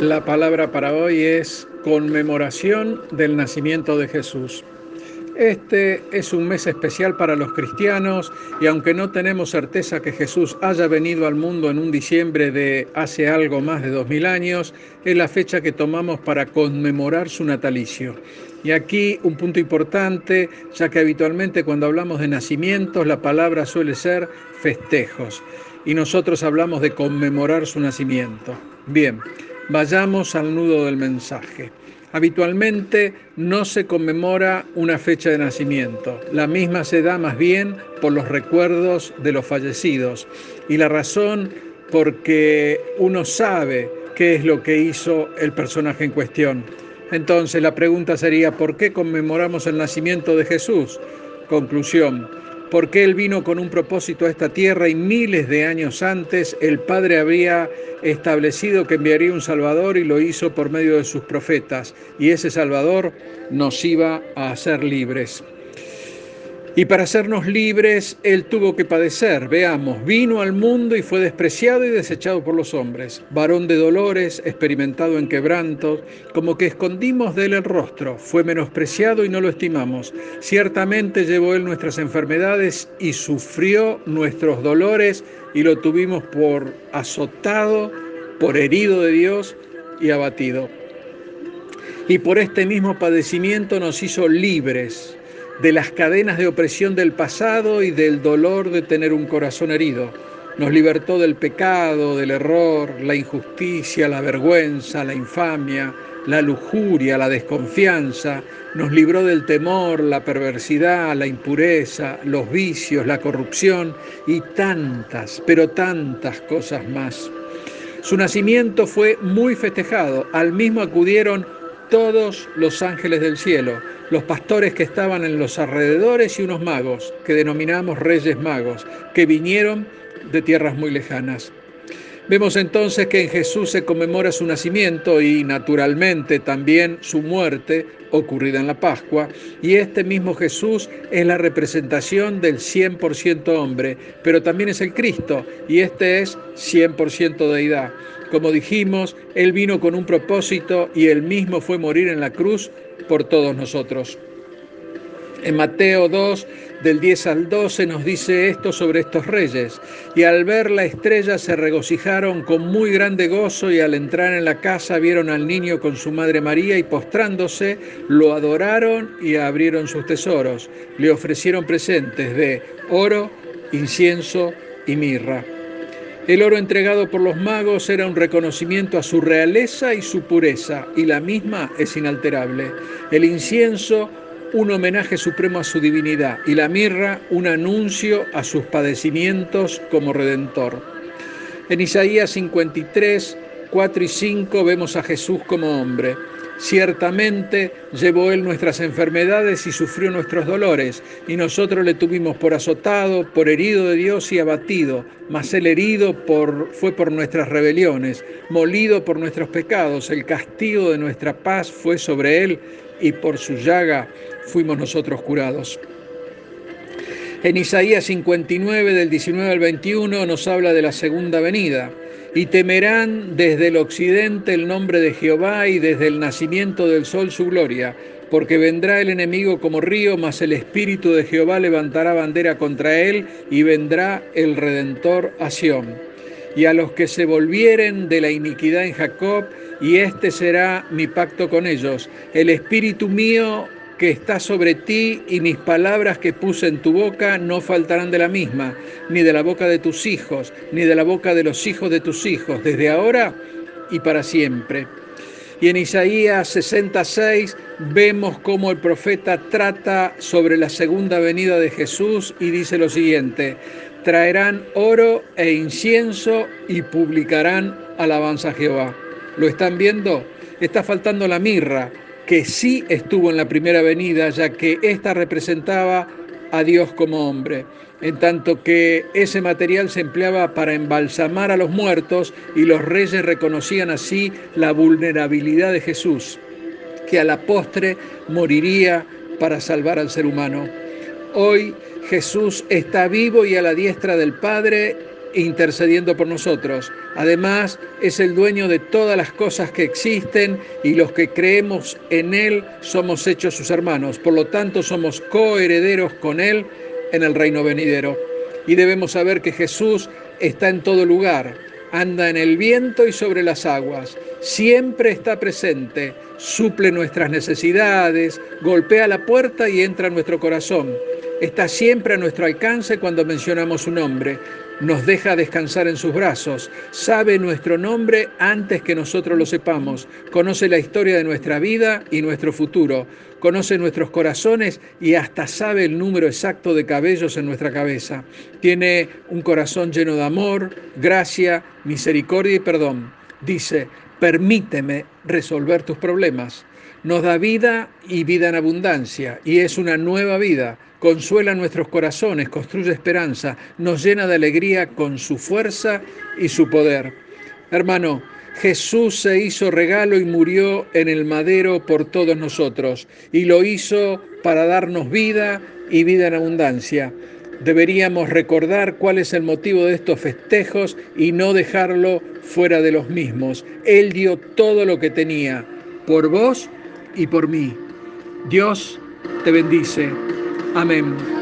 La palabra para hoy es conmemoración del nacimiento de Jesús. Este es un mes especial para los cristianos y aunque no tenemos certeza que Jesús haya venido al mundo en un diciembre de hace algo más de 2000 años, es la fecha que tomamos para conmemorar su natalicio. Y aquí un punto importante, ya que habitualmente cuando hablamos de nacimientos la palabra suele ser festejos y nosotros hablamos de conmemorar su nacimiento. Bien, vayamos al nudo del mensaje. Habitualmente no se conmemora una fecha de nacimiento, la misma se da más bien por los recuerdos de los fallecidos y la razón porque uno sabe qué es lo que hizo el personaje en cuestión. Entonces la pregunta sería, ¿por qué conmemoramos el nacimiento de Jesús? Conclusión, porque Él vino con un propósito a esta tierra y miles de años antes el Padre había establecido que enviaría un Salvador y lo hizo por medio de sus profetas. Y ese Salvador nos iba a hacer libres. Y para hacernos libres, Él tuvo que padecer. Veamos, vino al mundo y fue despreciado y desechado por los hombres. Varón de dolores, experimentado en quebrantos, como que escondimos de Él el rostro. Fue menospreciado y no lo estimamos. Ciertamente llevó Él nuestras enfermedades y sufrió nuestros dolores y lo tuvimos por azotado, por herido de Dios y abatido. Y por este mismo padecimiento nos hizo libres de las cadenas de opresión del pasado y del dolor de tener un corazón herido. Nos libertó del pecado, del error, la injusticia, la vergüenza, la infamia, la lujuria, la desconfianza. Nos libró del temor, la perversidad, la impureza, los vicios, la corrupción y tantas, pero tantas cosas más. Su nacimiento fue muy festejado. Al mismo acudieron todos los ángeles del cielo, los pastores que estaban en los alrededores y unos magos, que denominamos reyes magos, que vinieron de tierras muy lejanas. Vemos entonces que en Jesús se conmemora su nacimiento y naturalmente también su muerte ocurrida en la Pascua, y este mismo Jesús es la representación del 100% hombre, pero también es el Cristo y este es 100% deidad. Como dijimos, Él vino con un propósito y Él mismo fue morir en la cruz por todos nosotros. En Mateo 2, del 10 al 12, nos dice esto sobre estos reyes. Y al ver la estrella se regocijaron con muy grande gozo y al entrar en la casa vieron al niño con su madre María y postrándose lo adoraron y abrieron sus tesoros. Le ofrecieron presentes de oro, incienso y mirra. El oro entregado por los magos era un reconocimiento a su realeza y su pureza, y la misma es inalterable. El incienso, un homenaje supremo a su divinidad, y la mirra, un anuncio a sus padecimientos como Redentor. En Isaías 53, 4 y 5 vemos a Jesús como hombre. Ciertamente llevó Él nuestras enfermedades y sufrió nuestros dolores, y nosotros le tuvimos por azotado, por herido de Dios y abatido, mas Él herido fue por nuestras rebeliones, molido por nuestros pecados, el castigo de nuestra paz fue sobre Él, y por su llaga fuimos nosotros curados. En Isaías 59, del 19 al 21, nos habla de la segunda venida. Y temerán desde el occidente el nombre de Jehová y desde el nacimiento del sol su gloria, porque vendrá el enemigo como río, mas el Espíritu de Jehová levantará bandera contra él y vendrá el Redentor a Sión. Y a los que se volvieren de la iniquidad en Jacob, y este será mi pacto con ellos, el Espíritu mío que está sobre ti y mis palabras que puse en tu boca no faltarán de la misma, ni de la boca de tus hijos, ni de la boca de los hijos de tus hijos, desde ahora y para siempre. Y en Isaías 66 vemos cómo el profeta trata sobre la segunda venida de Jesús y dice lo siguiente: traerán oro e incienso y publicarán alabanza a Jehová. ¿Lo están viendo? Está faltando la mirra, que sí estuvo en la primera venida, ya que ésta representaba a Dios como hombre, en tanto que ese material se empleaba para embalsamar a los muertos y los reyes reconocían así la vulnerabilidad de Jesús, que a la postre moriría para salvar al ser humano. Hoy Jesús está vivo y a la diestra del Padre intercediendo por nosotros. Además, es el dueño de todas las cosas que existen y los que creemos en Él somos hechos sus hermanos. Por lo tanto, somos coherederos con Él en el reino venidero. Y debemos saber que Jesús está en todo lugar, anda en el viento y sobre las aguas, siempre está presente, suple nuestras necesidades, golpea la puerta y entra en nuestro corazón. Está siempre a nuestro alcance cuando mencionamos su nombre. Nos deja descansar en sus brazos. Sabe nuestro nombre antes que nosotros lo sepamos. Conoce la historia de nuestra vida y nuestro futuro. Conoce nuestros corazones y hasta sabe el número exacto de cabellos en nuestra cabeza. Tiene un corazón lleno de amor, gracia, misericordia y perdón. Dice: permíteme resolver tus problemas. Nos da vida y vida en abundancia, y es una nueva vida. Consuela nuestros corazones, construye esperanza, nos llena de alegría con su fuerza y su poder. Hermano, Jesús se hizo regalo y murió en el madero por todos nosotros, y lo hizo para darnos vida y vida en abundancia. Deberíamos recordar cuál es el motivo de estos festejos y no dejarlo fuera de los mismos. Él dio todo lo que tenía, por vos y por mí. Dios te bendice. Amén.